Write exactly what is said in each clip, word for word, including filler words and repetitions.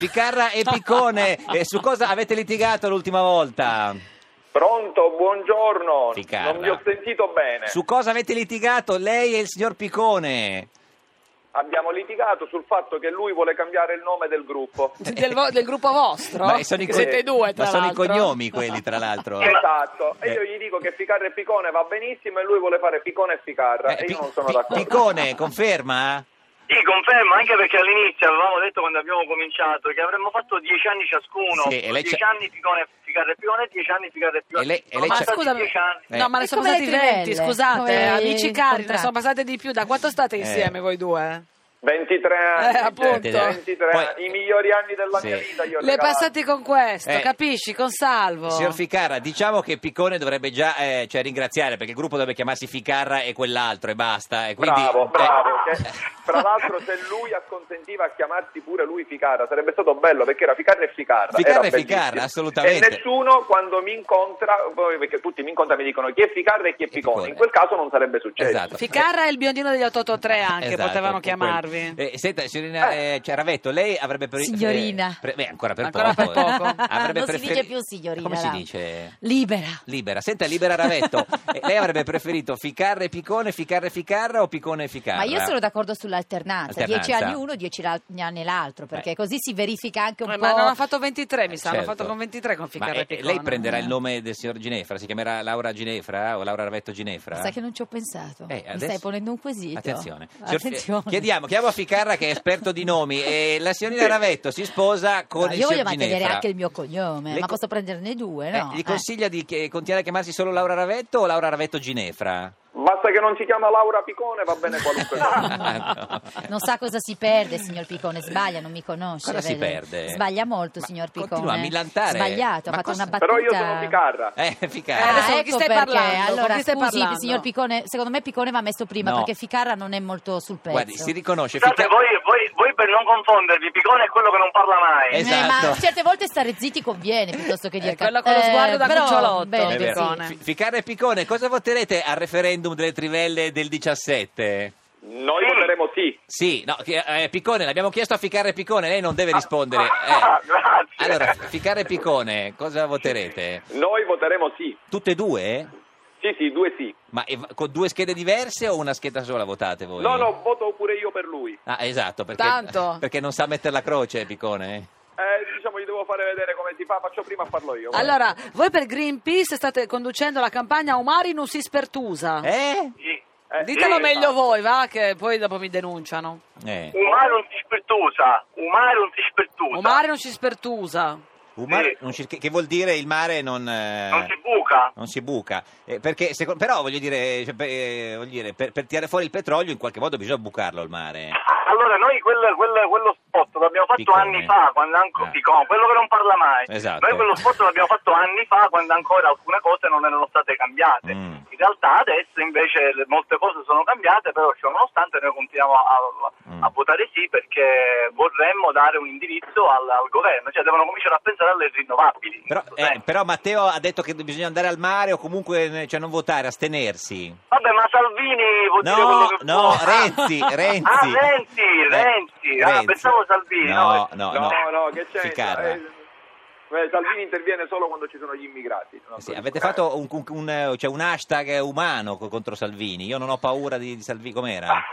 Ficarra e Piccone, eh, su cosa avete litigato l'ultima volta? Pronto, buongiorno. Ficarra. Non vi ho sentito bene. Su cosa avete litigato lei e il signor Piccone? Abbiamo litigato sul fatto che lui vuole cambiare il nome del gruppo. Del, vo- del gruppo vostro? Ma sono i co- Siete due, tra Ma sono l'altro. i cognomi quelli, tra l'altro. Esatto, e Eh. io gli dico che Ficarra e Piccone va benissimo e lui vuole fare Piccone e Ficarra Eh, e io Pi- non sono Pi- d'accordo. Piccone, conferma? Sì, confermo, anche perché all'inizio avevamo detto quando abbiamo cominciato che avremmo fatto dieci anni ciascuno, Sì, e lei dieci c'ha- anni Ficcone, Ficarra e Piccone, dieci anni Ficarra e Piccone. E lei- e Sono lei c'ha- passati Scusami, dieci anni. Eh. no, ma ne È sono come passati le trivelle, venti, scusate, come amici i cari, ne contratti. sono passati di più. Da quanto state insieme voi due? ventitré anni, Eh, appunto. ventitré Poi- anni, i migliori anni della Sì. mia vita io ho Le regalato. passati con questo, Eh. capisci? Con Salvo. Signor Ficarra, diciamo che Piccone dovrebbe già eh, cioè, ringraziare, perché il gruppo dovrebbe chiamarsi Ficarra e quell'altro e basta. E quindi, Bravo, eh, bravo. Che, tra l'altro se lui acconsentiva a chiamarsi pure lui Ficarra sarebbe stato bello perché era Ficarra e Ficarra. Ficarra era e Ficarra, bellissimo. assolutamente. E nessuno quando mi incontra, poi, perché tutti mi incontrano e mi dicono chi è Ficarra e chi è Piccone. Piccone. In quel caso non sarebbe successo. Esatto. Ficarra e il biondino degli otto otto tre anche, Esatto, potevano quello. chiamarvi. Eh, senta, signorina eh, cioè, Ravetto, lei avrebbe preferito... Signorina. beh, ancora per Ancora poco. per poco. eh. Avrebbe Non si preferi- dice più signorina, Come si là. dice? Libera. Libera. Senta, Libera Ravetto, eh, lei avrebbe preferito Ficarra e Piccone, Ficarra e Ficarra o Piccone e Ficarra? Ma io sono d'accordo sull'alternanza, Alternanza. dieci anni uno, dieci la- anni l'altro, perché Eh. così si verifica anche un Eh, po'. ma non ha fatto ventitré, mi sa, hanno Certo. fatto con ventitré con Ma Ficarra eh, e Piccone. lei prenderà il nome del signor Ginefra? Si chiamerà Laura Ginefra o Laura Ravetto Ginefra? Sai che non ci ho pensato. Eh, Mi adesso- stai ponendo un quesito. Attenzione. Signor- Attenzione. Chiediamo, chiamo a Ficarra che è esperto di nomi e la signorina Ravetto si sposa con No, il io voglio signor mantenere Ginefra. anche il mio cognome, Le ma co- posso prenderne due, Eh, no? gli Eh. consiglia di che- continuare a chiamarsi solo Laura Ravetto o Laura Ravetto Ginefra? Basta che non si chiama Laura Piccone, va bene qualunque cosa. No. Non sa cosa si perde, signor Piccone, sbaglia, non mi conosce. Cosa si vede? perde? Sbaglia molto, Ma signor Piccone. continua a millantare. Sbagliato, ha Ma fatto cosa- una battuta. Però io sono Ficarra. Eh, Eh, Ficarra. adesso Ah, con chi ecco stai perché. parlando? Con Allora, chi stai scusi, parlando? signor Piccone, secondo me Piccone va messo prima, No. perché Ficarra non è molto sul pezzo. Guardi, si riconosce. Scusate, Fica- voi, voi, voi per non confondervi, Piccone è quello che non parla mai. Eh, Esatto. ma certe volte stare zitti conviene piuttosto che dire Eh, quello con lo sguardo da però, cucciolotto. bene È vero. così. Piccone. Fi- Ficarra e Piccone, cosa voterete al referendum delle trivelle del diciassette? Noi Sì. voteremo sì. Sì, no, che- eh, Piccone, l'abbiamo chiesto a Ficarra e Piccone, lei non deve rispondere. Ah, Eh. grazie. Allora, Ficarra e Piccone, cosa voterete? Noi voteremo sì. Tutte e due? Sì, sì, due sì. Ma eh, con due schede diverse o una scheda sola votate voi? No, no, voto pure io per lui. Ah, esatto, perché, Tanto. perché non sa mettere la croce, Piccone. Eh, diciamo, gli devo fare vedere come si fa, faccio prima a farlo io. guarda. Allora, voi per Greenpeace state conducendo la campagna Umari non si spertusa. Eh? Sì. Eh, Ditelo sì, meglio esatto. voi, va, che poi dopo mi denunciano. Eh. Umare non si spirtusa, umare non si spirtusa. Umari non si spertusa. Umar- Sì. non ci- che, che vuol dire il mare non... eh, Non si buca. non si buca. Eh, perché, seco- però, voglio dire, cioè, per, eh, voglio dire per, per tirare fuori il petrolio in qualche modo bisogna bucarlo il mare. Allora, noi quel, quel- quello spot l'abbiamo fatto Piccone. anni fa, quando ancora Ah. Piccone, quello che non parla mai. Esatto. Noi quello spot l'abbiamo fatto anni fa, quando ancora alcune cose non erano state cambiate. Mm. In realtà adesso invece le- molte cose sono cambiate, però ciò nonostante noi continuiamo a, Mm. a votare sì perché vorremmo dare un indirizzo al, al governo, cioè devono cominciare a pensare alle rinnovabili. in Però, questo eh, senso. però Matteo ha detto che bisogna andare al mare o comunque cioè, non votare, astenersi. Vabbè, ma Salvini vuol dire quello No, che no, può. Renzi, Renzi. Ah, Renzi, Eh, Renzi. Ah, pensavo Salvini. No, no, No, no. no, che c'è? Ficarra. Eh, eh, Salvini interviene solo quando ci sono gli immigrati. no? Sì, avete fatto un, un- un- cioè, un hashtag umano co- contro Salvini. Io non ho paura di, di Salvini. Com'era?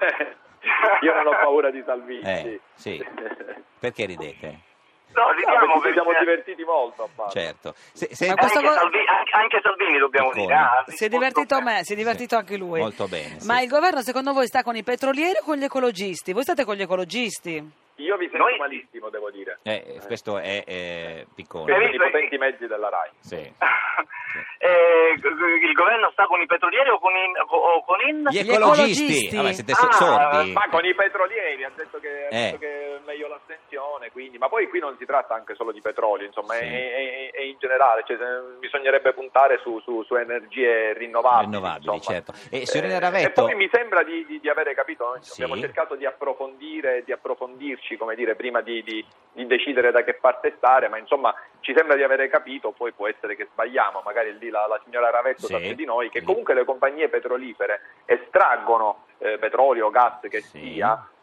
Io non ho paura di Salvini. Eh, sì. sì. Perché ridete? No, No, ridiamo perché ci perché... siamo divertiti molto a farlo. Certo. Se- Ma senta- questo Anche, go- Salvi- anche- anche Salvini dobbiamo Piccone. dire. ah, Si è divertito me, si è divertito anche lui. Molto bene, sì. Ma il governo secondo voi sta con i petrolieri o con gli ecologisti? Voi state con gli ecologisti? Io vi sento Noi- malissimo, devo dire. eh, questo è eh, Per Piccone. Hai i visto? potenti mezzi della RAI. Sì. Eh, il governo sta con i petrolieri o con, in, o con in... Gli Gli ecologisti. ecologisti. Vabbè, siete Ah, so- sordi. Ma con i petrolieri ha detto che, ha Eh. detto che è meglio l'astensione, quindi. Ma poi qui non si tratta anche solo di petrolio, insomma, Sì. è, è- è in generale, cioè, se- bisognerebbe puntare su, su- su energie rinnovabili. Rinnovabili, insomma. certo. E, signorina Eh, Ravetto- e poi mi sembra di, di- di avere capito, noi Sì. abbiamo cercato di approfondire, di approfondirci, come dire, prima di, di- di decidere da che parte stare, ma insomma ci sembra di avere capito, poi può essere che sbagliamo, magari lì la, la signora Ravetto Sì. sa più di noi, che Sì. comunque le compagnie petrolifere estraggono eh, petrolio o gas che Sì. sia,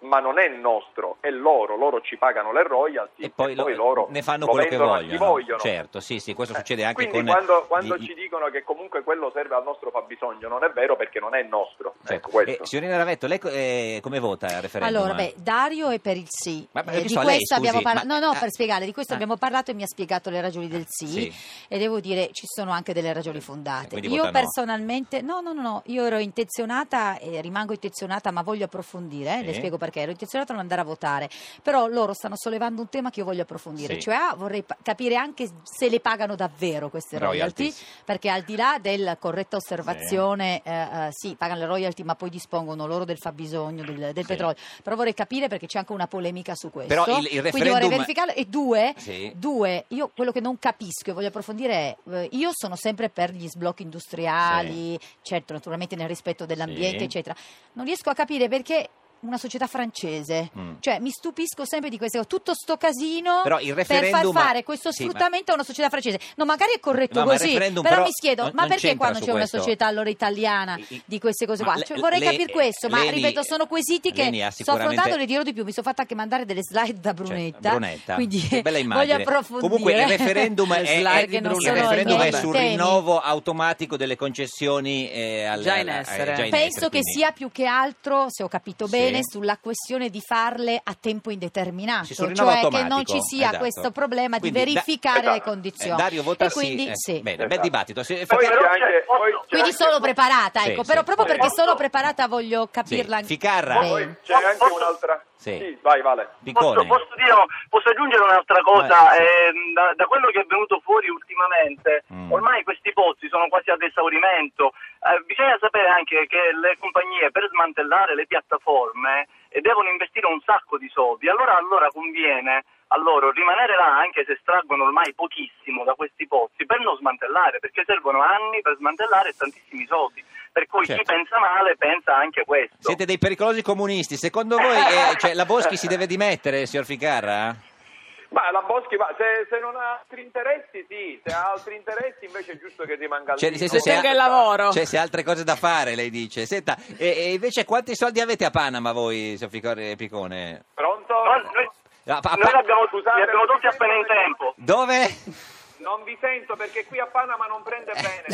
ma non è nostro, è loro, loro ci pagano le royalty e poi, e poi lo- loro ne fanno lo quello che vendono a chi vogliono. vogliono. Certo, sì, sì, questo succede anche Quindi con quando, quando gli- ci dicono che comunque quello serve al nostro fabbisogno, non è vero, perché non è nostro. Certo. Ecco, questo. Eh, signorina Ravetto, lei co- eh, come vota al referendum? Allora, beh, Dario è per il sì. Ma- ma Eh, io di so, lei, questo abbiamo scusi, parlato. ma- No, no, ah, per spiegare, di questo ah. abbiamo parlato e mi ha spiegato le ragioni del sì, Sì. e devo dire ci sono anche delle ragioni fondate. Quindi Io vota no. personalmente, no, no, no, no, io ero intenzionata e rimango intenzionata, ma voglio approfondire, eh, Sì. le spiego perché, ero intenzionata a non andare a votare, però loro stanno sollevando un tema che io voglio approfondire, Sì. cioè ah, vorrei pa- capire anche se le pagano davvero queste royalty, Royalties. perché al di là della corretta osservazione, eh, eh, sì, pagano le royalty, ma poi dispongono loro del fabbisogno del, del Sì. petrolio. Però vorrei capire perché c'è anche una polemica su questo. Però il- il Quindi referendum- vorrei verificarlo. E due, Sì. due, io quello che non capisco e voglio approfondire è, eh, io sono sempre per gli sblocchi industriali, certo, naturalmente nel rispetto dell'ambiente, Sì. eccetera. Non riesco a capire perché una società francese, Mm. cioè mi stupisco sempre di queste cose, tutto sto casino Però il per far referendum- fare questo sì, ma- sfruttamento a una società francese. No, magari è corretto No, ma il così, referendum però, però mi chiedo, non- ma non perché c'entra quando su c'è una questo. società allora italiana I- i- di queste cose ma qua? le- Cioè, vorrei lei- capire questo, ma Leni- ripeto, sono quesiti che Leni ha sto sicuramente- affrontando, le dirò di più, mi sono fatta anche mandare delle slide da Brunetta, Cioè, Brunetta. quindi Che bella voglio immagine. approfondire. Comunque il referendum Le è, slide è- che non il sono referendum i è miei sul temi. rinnovo automatico delle concessioni eh, al- Già in al- essere. eh, già in Penso essere, che quindi- sia più che altro, se ho capito Sì. bene, sulla questione di farle a tempo indeterminato, Sì, sul rinnovo cioè che automatico, non ci sia esatto. questo problema Quindi, di da- verificare le esatto. condizioni. Eh, Dario vota e quindi sì. sì. Eh, bene, bel Esatto. dibattito. Se- Poi fa- c'è anche, poi c'è Quindi anche- sono preparata, Sì, ecco, sì. però proprio perché Sì. sono preparata voglio sì. capirla anche Ficarra, bene. Poi c'è anche Posso- un'altra. Sì. Sì, vai, Vale. Posso, Piccone. posso dire, posso aggiungere un'altra cosa? Vai, sì. Ehm, da, da quello che è venuto fuori ultimamente, Mm. ormai questi pozzi sono quasi ad esaurimento. Eh, bisogna sapere anche che le compagnie, per smantellare le piattaforme, eh, devono investire un sacco di soldi. Allora, allora conviene a loro rimanere là, anche se estraggono ormai pochissimo da questi pozzi, per non smantellare, perché servono anni per smantellare e tantissimi soldi. Per cui Certo. chi pensa male pensa anche questo. Siete dei pericolosi comunisti. Secondo voi eh, cioè, la Boschi si deve dimettere, signor Ficarra? Ma la Boschi, ma se, se non ha altri interessi, sì, se ha altri interessi invece è giusto che rimanga Cioè, lì. nel senso, no? se tenga ha- il lavoro. Cioè, se ha altre cose da fare, lei dice. Senta, e, e invece quanti soldi avete a Panama voi, signor Ficar- Piccone? Pronto? No, noi, A- a- noi li abbiamo, Scusate, li abbiamo tolti ma- appena in tempo. Dove? Non vi sento perché qui a Panama non prende bene.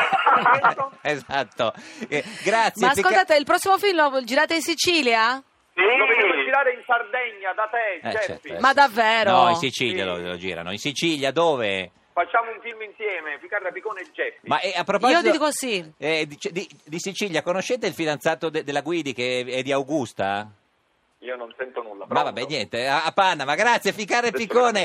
Esatto. Esatto. Eh, grazie. Ma Fica- ascoltate, il prossimo film lo girate in Sicilia? Sì. Lo vedevo girare in Sardegna da te, Eh, Geppi. certo, eh, Ma sì. davvero? No, in Sicilia Sì. lo, lo girano. In Sicilia dove? Facciamo un film insieme, Ficarra Piccone e Geppi. Ma eh, a proposito... Io ti dico sì. eh, di, di- di Sicilia, conoscete il fidanzato de- della Guidi che è di Augusta? Io non sento nulla. Ma Pronto? vabbè, niente, a, a Panama, grazie Ficarra e Piccone,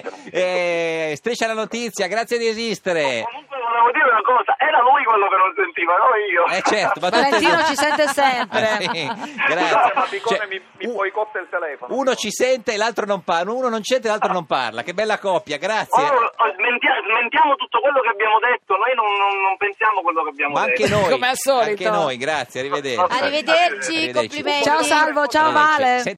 eh, Striscia la notizia, grazie di esistere. Comunque volevo dire una cosa, era lui quello che non sentiva, non io. Eh certo, ma tutto Valentino esatto. ci sente sempre. Sì, Scusate, grazie. ma Piccone Cioè, mi, mi u- boicotta il telefono. uno ci sente e l'altro non parla, uno non sente e l'altro non parla, che bella coppia, grazie. Allora, smentia- smentiamo tutto quello che abbiamo detto, noi non, non- non pensiamo quello che abbiamo Ma detto. anche noi, Come al solito. anche noi, grazie, arrivederci. Arrivederci, Arrivederci. complimenti. Ciao Salvo, ciao Arrivederci. Vale. Senti-